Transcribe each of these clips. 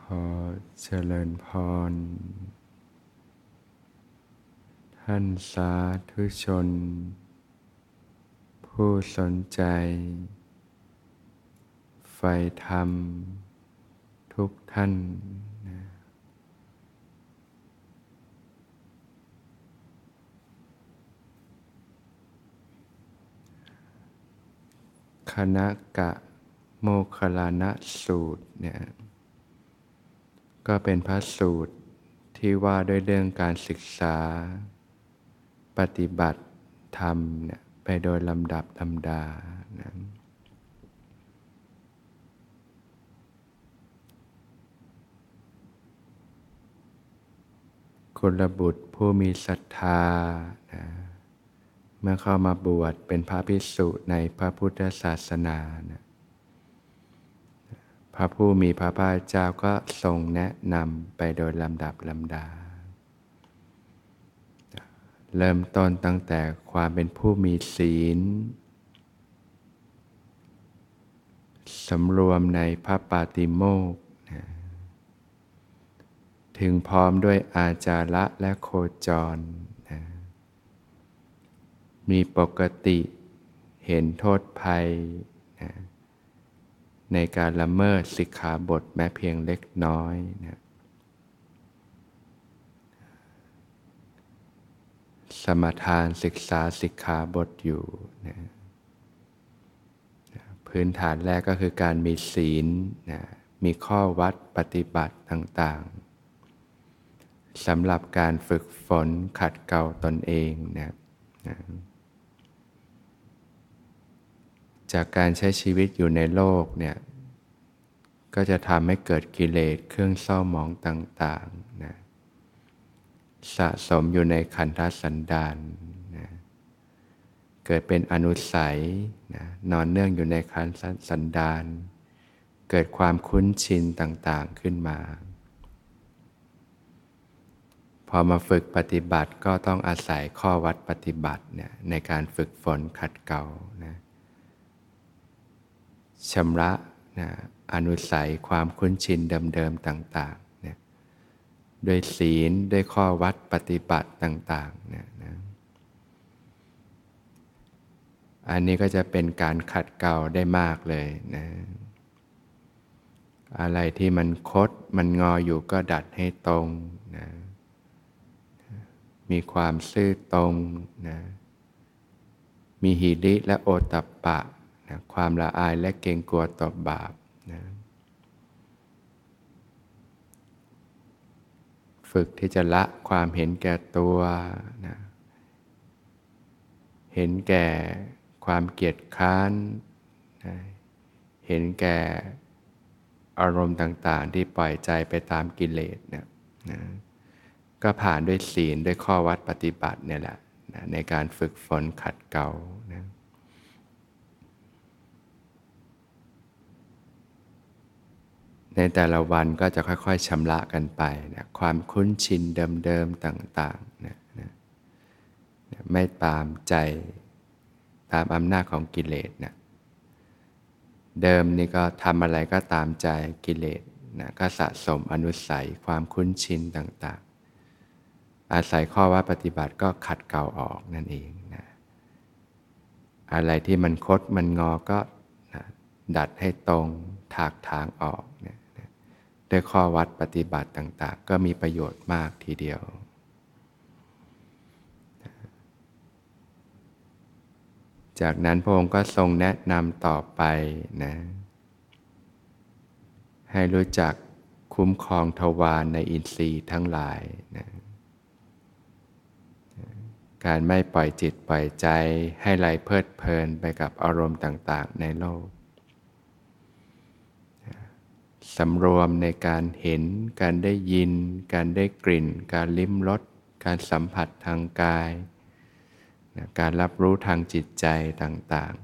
อเจริญพรท่านสาธุชนผู้สนใจใฝ่ธรรมทุกท่านนะคณกะโมคคัลลานะสูตรเนี่ยก็เป็นพระสูตรที่ว่าด้วยเรื่องการศึกษาปฏิบัติธรรมเนี่ยไปโดยลำดับลำดานะกุลบุตรผู้มีศรัทธานะเมื่อเข้ามาบวชเป็นพระภิกษุในพระพุทธศาสนานะพระผู้มีพระภาคเจ้าก็ทรงแนะนำไปโดยลำดับลำดาเริ่มต้นตั้งแต่ความเป็นผู้มีศีลสำรวมในพระปาติโมกข์นะถึงพร้อมด้วยอาจาระและโคจรนะมีปกติเห็นโทษภัยนะในการละเมิดสิกขาบทแม้เพียงเล็กน้อยนะสมทานศึกษาสิกขาบทอยู่นะพื้นฐานแรกก็คือการมีศีลนะมีข้อวัดปฏิบัติต่างๆสำหรับการฝึกฝนขัดเกลาตนเองนะจากการใช้ชีวิตอยู่ในโลกเนี่ยก็จะทำให้เกิดกิเลสเครื่องเศร้าหมองต่างๆนะสะสมอยู่ในขันธสันดานนะเกิดเป็นอนุสัยนะนอนเนื่องอยู่ในขันธสันดานเกิดความคุ้นชินต่างๆขึ้นมาพอมาฝึกปฏิบัติก็ต้องอาศัยข้อวัดปฏิบัติเนี่ยในการฝึกฝนขัดเกลานะชำระนะอนุสัยความคุ้นชินเดิมๆต่างๆเนี่ยด้วยศีลด้วยข้อวัดปฏิบัติต่างๆเนี่ยนะอันนี้ก็จะเป็นการขัดเกลาได้มากเลยนะอะไรที่มันคดมันงออยู่ก็ดัดให้ตรงนะมีความซื่อตรงนะมีหิริและโอตตัปปะนะความละอายและเกรงกลัวต่อบาปนะฝึกที่จะละความเห็นแก่ตัวนะเห็นแก่ความเกียจค้านนะเห็นแก่อารมณ์ต่างๆที่ปล่อยใจไปตามกิเลสนะก็ผ่านด้วยศีลด้วยข้อวัดปฏิบัติเนี่ยแหละนะในการฝึกฝนขัดเกลานะในแต่ละวันก็จะค่อยๆชำระกันไปนะความคุ้นชินเดิมๆต่างๆนะไม่ตามใจตามอำนาจของกิเลสนะเดิมนี่ก็ทำอะไรก็ตามใจกิเลสนะก็สะสมอนุสัยความคุ้นชินต่างๆอาศัยข้อว่าปฏิบัติก็ขัดเกลาออกนั่นเองนะอะไรที่มันคดมันงอก็นะดัดให้ตรงถากถางออกนะด้วยข้อวัดปฏิบัติต่างๆก็มีประโยชน์มากทีเดียวจากนั้นพระองค์ก็ทรงแนะนำต่อไปนะให้รู้จักคุ้มครองทวารในอินทรีย์ทั้งหลายนะการไม่ปล่อยจิตปล่อยใจให้ไหลเพลิดเพลินไปกับอารมณ์ต่างๆในโลกสำรวมในการเห็นการได้ยินการได้กลิ่นการลิ้มรสการสัมผัสทางกายการรับรู้ทางจิตใจต่าง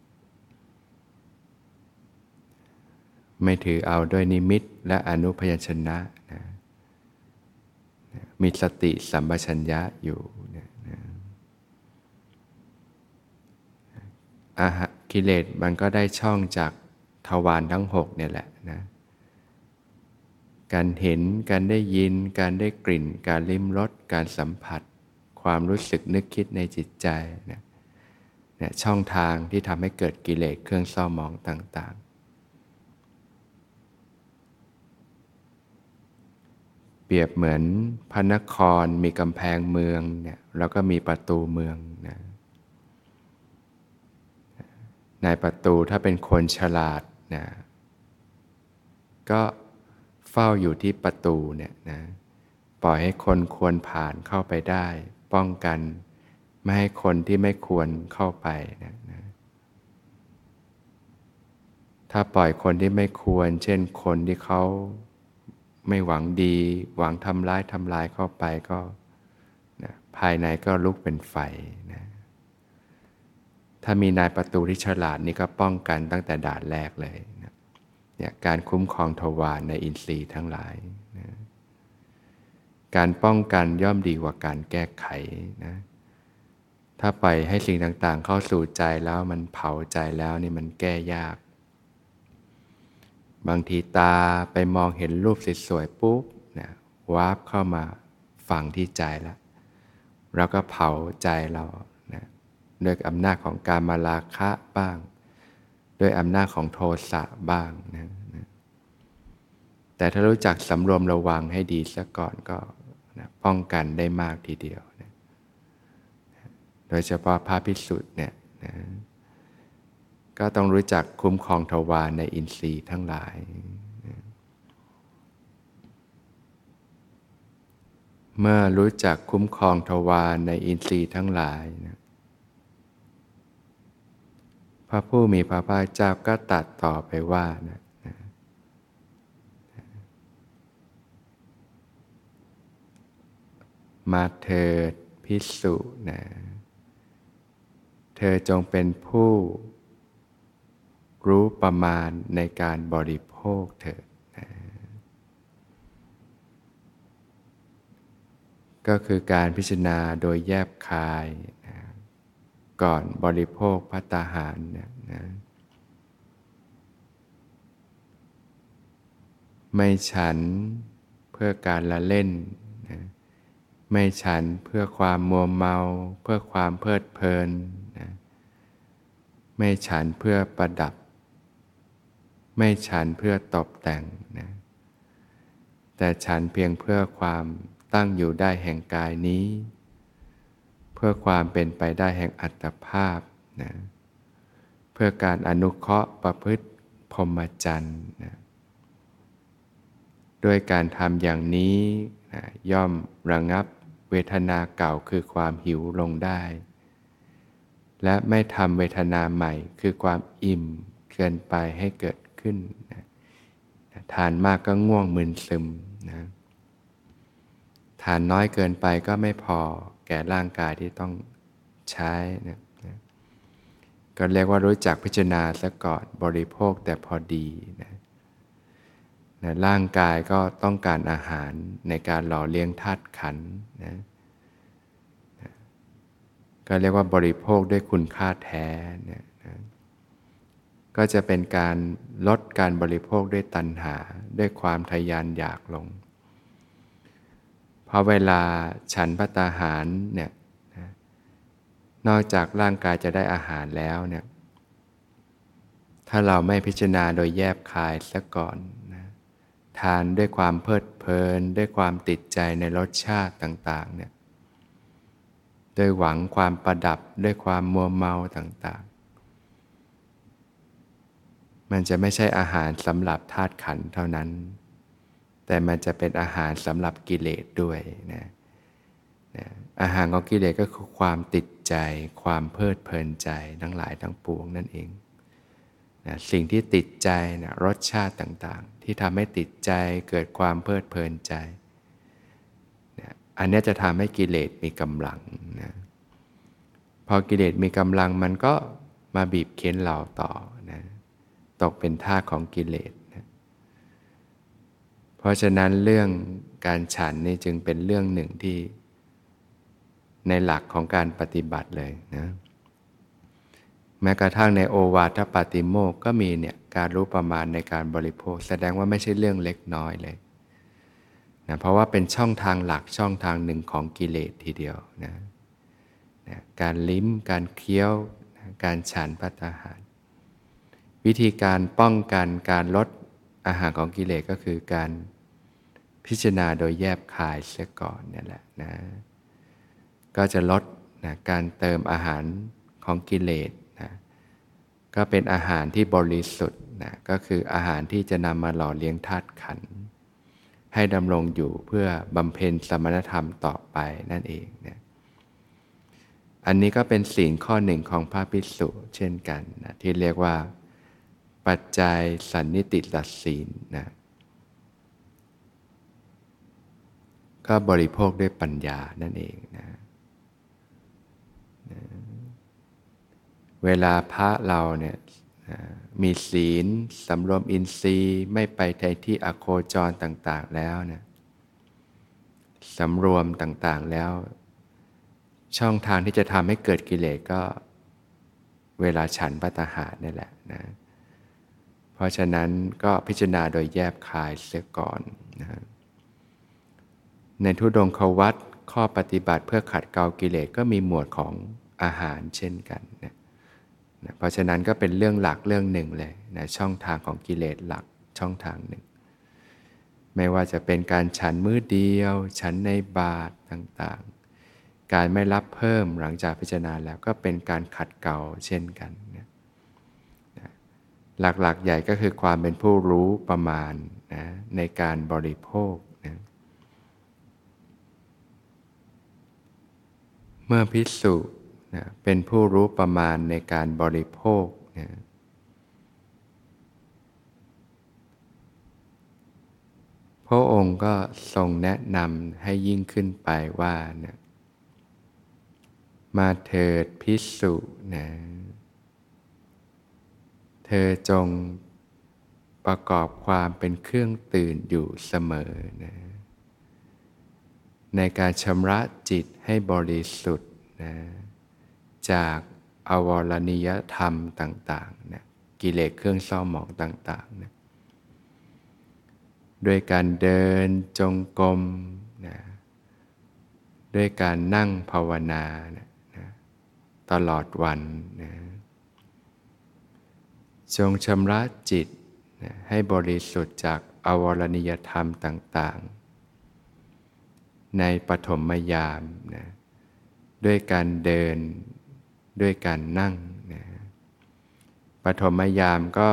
ๆไม่ถือเอาด้วยนิมิตและอนุพยัญชนะนะมีสติสัมปชัญญะอยู่นะกิเลสมันก็ได้ช่องจากทวารทั้ง6เนี่ยแหละนะการเห็นการได้ยินการได้กลิ่นการลิ้มรสการสัมผัสความรู้สึกนึกคิดในจิตใจเนี่ยช่องทางที่ทำให้เกิดกิเลสเครื่องเศร้าหมองต่างๆเปรียบเหมือนพระนครมีกำแพงเมืองเนี่ยแล้วก็มีประตูเมืองนะในประตูถ้าเป็นคนฉลาดนะก็เฝ้าอยู่ที่ประตูเนี่ยนะปล่อยให้คนควรผ่านเข้าไปได้ป้องกันไม่ให้คนที่ไม่ควรเข้าไปนะถ้าปล่อยคนที่ไม่ควรเช่นคนที่เขาไม่หวังดีหวังทำร้ายเข้าไปก็นะภายในก็ลุกเป็นไฟนะถ้ามีนายประตูที่ฉลาดนี่ก็ป้องกันตั้งแต่ด่านแรกเลยนะเนี่ยการคุ้มครองทวารในอินทรีย์ทั้งหลายนะการป้องกันย่อมดีกว่าการแก้ไขนะถ้าปล่อยให้สิ่งต่างๆเข้าสู่ใจแล้วมันเผาใจแล้วนี่มันแก้ยากบางทีตาไปมองเห็นรูปสวยๆปุ๊บนะวาร์ปเข้ามาฝังที่ใจแล้วก็เผาใจเรานะด้วยอำนาจของการมาราคะบ้างด้วยอำนาจของโทสะบ้างนะแต่ถ้ารู้จักสำรวมระวังให้ดีซะก่อนก็นะป้องกันได้มากทีเดียวนะโดยเฉพาะพระภิกษุเนี่ยนะก็ต้องรู้จักคุ้มครองทวารในอินทรีย์ทั้งหลายเมื่อรู้จักคุ้มครองทวารในอินทรีย์ทั้งหลายนะพระผู้มีพระภาคเจ้าก็ตรัสต่อไปว่านะมาเถิดภิกษุนะเธอจงเป็นผู้รู้ประมาณในการบริโภคเถิดนะก็คือการพิจารณาโดยแยบคายนะก่อนบริโภคภัตตาหารนะไม่ฉันเพื่อการละเล่นนะไม่ฉันเพื่อความมัวเมาเพื่อความเพลิดเพลินนะไม่ฉันเพื่อประดับไม่ฉันเพื่อตกแต่งนะแต่ฉันเพียงเพื่อความตั้งอยู่ได้แห่งกายนี้เพื่อความเป็นไปได้แห่งอัตภาพนะเพื่อการอนุเคราะห์ประพฤติพรหมจรรย์นะด้วยการทำอย่างนี้นะย่อมระงับเวทนาเก่าคือความหิวลงได้และไม่ทำเวทนาใหม่คือความอิ่มเกินไปให้เกิดขึ้นนะทานมากก็ง่วงมึนซึมนะทานน้อยเกินไปก็ไม่พอแก่ร่างกายที่ต้องใช้นะก็เรียกว่ารู้จักพิจารณาซะก่อนบริโภคแต่พอดีนะร่างกายก็ต้องการอาหารในการหล่อเลี้ยงธาตุขันธ์นะก็เรียกว่าบริโภคด้วยคุณค่าแท้นะก็จะเป็นการลดการบริโภคด้วยตัณหาด้วยความทยานอยากลงเพราะเวลาฉันภัตตาหารเนี่ยนอกจากร่างกายจะได้อาหารแล้วเนี่ยถ้าเราไม่พิจารณาโดยแยบคายซะก่อนนะทานด้วยความเพลิดเพลินด้วยความติดใจในรสชาติต่างๆเนี่ยโดยหวังความประดับด้วยความมัวเมาต่างๆมันจะไม่ใช่อาหารสำหรับธาตุขันธ์เท่านั้นแต่มันจะเป็นอาหารสำหรับกิเลสด้วยนะอาหารของกิเลสก็คือความติดใจความเพลิดเพลินใจทั้งหลายทั้งปวงนั่นเองนะสิ่งที่ติดใจนะรสชาติต่างๆที่ทำให้ติดใจเกิดความเพลิดเพลินใจนะอันนี้จะทำให้กิเลสมีกำลังนะพอกิเลสมีกำลังมันก็มาบีบเค้นเราต่อนะตกเป็นทาสของกิเลสนะเพราะฉะนั้นเรื่องการฉันนี่จึงเป็นเรื่องหนึ่งที่ในหลักของการปฏิบัติเลยนะแม้กระทั่งในโอวาทปาติโมกข์ก็มีเนี่ยการรู้ประมาณในการบริโภคแสดงว่าไม่ใช่เรื่องเล็กน้อยเลยนะเพราะว่าเป็นช่องทางหลักช่องทางหนึ่งของกิเลสทีเดียวนะการลิ้มการเคี้ยวนะการฉันภัตตาหารวิธีการป้องกันการลดอาหารของกิเลสก็คือการพิจารณาโดยแยบคายเสียก่อนเนี่ยแหละนะก็จะลดนะการเติมอาหารของกิเลสนะก็เป็นอาหารที่บริสุทธิ์นะก็คืออาหารที่จะนำมาหล่อเลี้ยงธาตุขันธ์ให้ดำรงอยู่เพื่อบำเพ็ญสมณธรรมต่อไปนั่นเองนะอันนี้ก็เป็นศีลข้อหนึ่งของพระภิกษุเช่นกันนะที่เรียกว่าปัจจัยสันนิติตัดศีลนะก็บริโภคด้วยปัญญานั่นเองนะเวลาพระเราเนี่ยมีศีลสำรวมอินทรีย์ไม่ไปในที่อโคจรต่างๆแล้วเนี่ยสำรวมต่างๆแล้วช่องทางที่จะทำให้เกิดกิเลสก็เวลาฉันภัตตาหารนี่แหละนะเพราะฉะนั้นก็พิจารณาโดยแยบคายเสียก่อนนะในธุดงควัตรข้อปฏิบัติเพื่อขัดเกลากิเลสก็มีหมวดของอาหารเช่นกันนะเพราะฉะนั้นก็เป็นเรื่องหลักเรื่องหนึ่งเลยนะช่องทางของกิเลสหลักช่องทางหนึ่งไม่ว่าจะเป็นการฉันมื้อเดียวฉันในบาตรต่างๆการไม่รับเพิ่มหลังจากพิจารณาแล้วก็เป็นการขัดเกลาเช่นกันนะหลักๆใหญ่ก็คือความเป็นผู้รู้ประมาณนะในการบริโภคนะเมื่อภิกษุนะเป็นผู้รู้ประมาณในการบริโภคนะพระองค์ก็ทรงแนะนำให้ยิ่งขึ้นไปว่านะมาเถิดภิกษุนะเธอจงประกอบความเป็นเครื่องตื่นอยู่เสมอนะในการชำระจิตให้บริสุทธิ์นะจากอวรณียธรรมต่างๆนะกิเลสเครื่องเศร้าหมองต่างๆนะด้วยการเดินจงกรมนะด้วยการนั่งภาวนานะตลอดวันนะจงชำระจิตนะให้บริสุทธิ์จากอวรณียธรรมต่างๆในปฐมยามนะด้วยการเดินด้วยการนั่งนะปฐมยามก็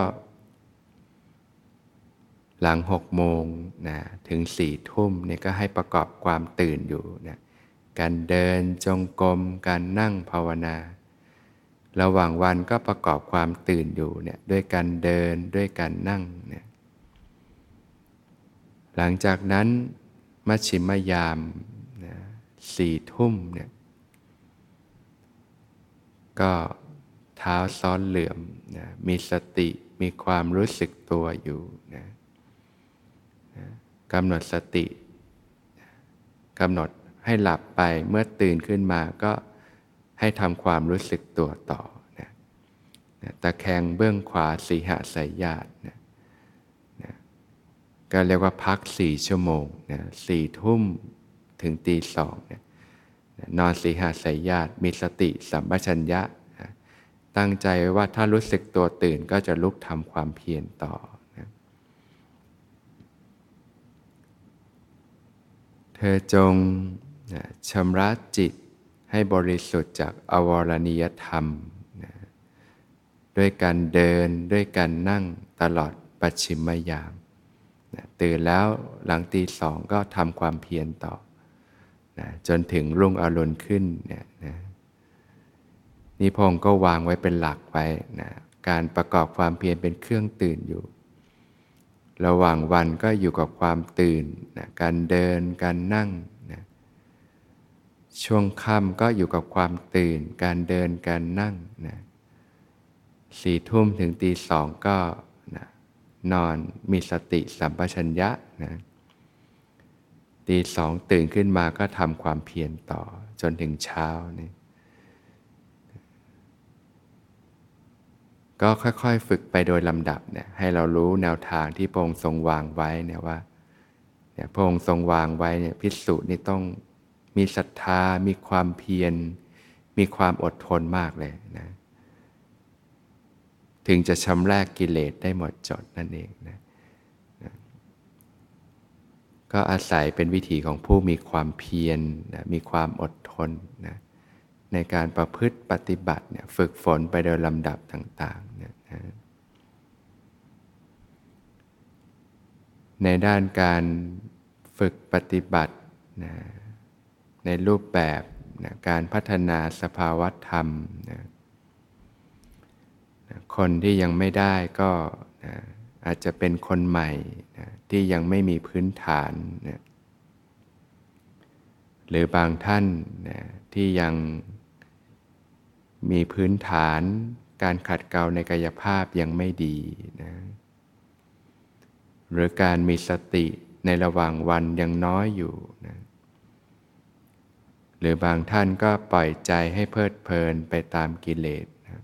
หลัง6 โมงนะถึง4 ทุ่มเนี่ยก็ให้ประกอบความตื่นอยู่นะการเดินจงกรมการนั่งภาวนาระหว่างวันก็ประกอบความตื่นอยู่เนี่ยด้วยการเดินด้วยการนั่งเนี่ยหลังจากนั้นมัชฌิมยามนะ4 ทุ่มเนี่ยก็เท้าซ้อนเหลื่อมนะมีสติมีความรู้สึกตัวอยู่นะกำหนดสติกำหนดให้หลับไปเมื่อตื่นขึ้นมาก็ให้ทำความรู้สึกตัวต่อนะตะแคงเบื้องขวาสีหสายญาตินะก็เรียกว่าพัก4 ชั่วโมงนะ4 ทุ่มถึงตี 2เนี่ยนอนสีหสายญาติมีสติสัมปชัญญะนะตั้งใจไว้ว่าถ้ารู้สึกตัวตื่นก็จะลุกทำความเพียรต่อนะเธอจงชำระจิตให้บริสุทธิ์จากอวรณียธรรมนะด้วยการเดินด้วยการนั่งตลอดปัจฉิมยามนะตื่นแล้วหลังตี 2ก็ทำความเพียรต่อนะจนถึงรุ่งอรุณขึ้นเนี่ยนะนิพงศ์ก็วางไว้เป็นหลักไว้นะการประกอบความเพียรเป็นเครื่องตื่นอยู่ระหว่างวันก็อยู่กับความตื่นนะการเดินการนั่งนะช่วงค่ำก็อยู่กับความตื่นการเดินการนั่งนะ4 ทุ่มถึงตี 2ก็นะนอนมีสติสัมปชัญญะนะตี 2ตื่นขึ้นมาก็ทำความเพียรต่อจนถึงเช้านี่ก็ค่อยๆฝึกไปโดยลำดับเนี่ยให้เรารู้แนวทางที่พระองค์ทรงวางไว้เนี่ยว่าเนี่ยพระองค์ทรงวางไว้เนี่ยภิกษุนี่ต้องมีศรัทธามีความเพียรมีความอดทนมากเลยนะถึงจะชำระกิเลสได้หมดจดนั่นเองนะก็อาศัยเป็นวิถีของผู้มีความเพียรนะมีความอดทนนะในการประพฤติปฏิบัติเนี่ยฝึกฝนไปโดยลำดับต่างๆเนี่ยนะในด้านการฝึกปฏิบัตินะในรูปแบบนะการพัฒนาสภาวธรรมนะคนที่ยังไม่ได้ก็นะอาจจะเป็นคนใหม่นะที่ยังไม่มีพื้นฐานนะหรือบางท่านนะที่ยังมีพื้นฐานการขัดเกลาในกายภาพยังไม่ดีนะหรือการมีสติในระหว่างวันยังน้อยอยู่นะหรือบางท่านก็ปล่อยใจให้เพลิดเพลินไปตามกิเลสนะ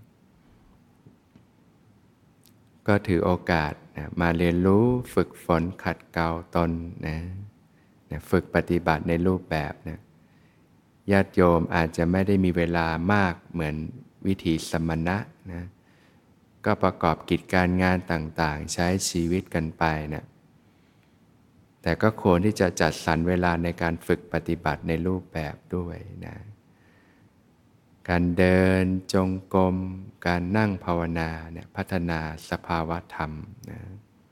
ก็ถือโอกาสนะมาเรียนรู้ฝึกฝนขัดเกลาตนนะฝึกปฏิบัติในรูปแบบนะญาติโยมอาจจะไม่ได้มีเวลามากเหมือนวิถีสมณะนะก็ประกอบกิจการงานต่างๆใช้ชีวิตกันไปนะแต่ก็ควรที่จะจัดสรรเวลาในการฝึกปฏิบัติในรูปแบบด้วยนะการเดินจงกรมการนั่งภาวนาเนี่ยพัฒนาสภาวะธรรมนะ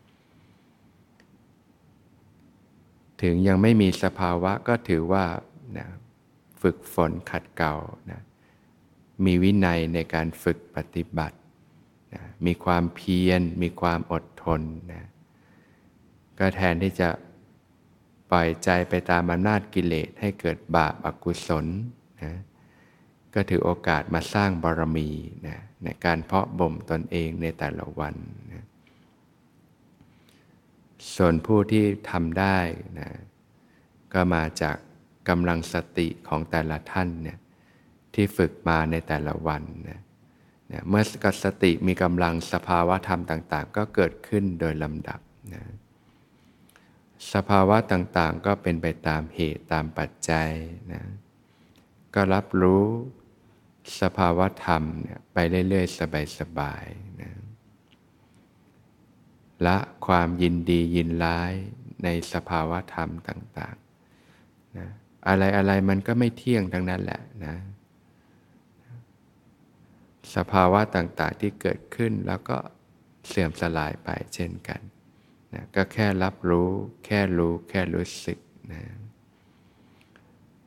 ถึงยังไม่มีสภาวะก็ถือว่านะฝึกฝนขัดเกลานะมีวินัยในการฝึกปฏิบัตินะมีความเพียรมีความอดทนนะก็แทนที่จะปล่อยใจไปตามอำนาจกิเลสให้เกิดบาปอกุศลนะก็ถือโอกาสมาสร้างบารมีนะในการเพาะบ่มตนเองในแต่ละวันนะส่วนผู้ที่ทำได้นะก็มาจากกำลังสติของแต่ละท่านเนี่ยที่ฝึกมาในแต่ละวันนะเมื่อสติมีกำลังสภาวะธรรมต่างๆก็เกิดขึ้นโดยลำดับนะสภาวะต่างๆก็เป็นไปตามเหตุตามปัจจัยนะก็รับรู้สภาวะธรรมเนี่ยไปเรื่อยๆสบายๆนะละความยินดียินร้ายในสภาวะธรรมต่างๆนะอะไรๆมันก็ไม่เที่ยงทั้งนั้นแหละนะสภาวะต่างๆที่เกิดขึ้นแล้วก็เสื่อมสลายไปเช่นกันนะก็แค่รับรู้แค่รู้สึกนะ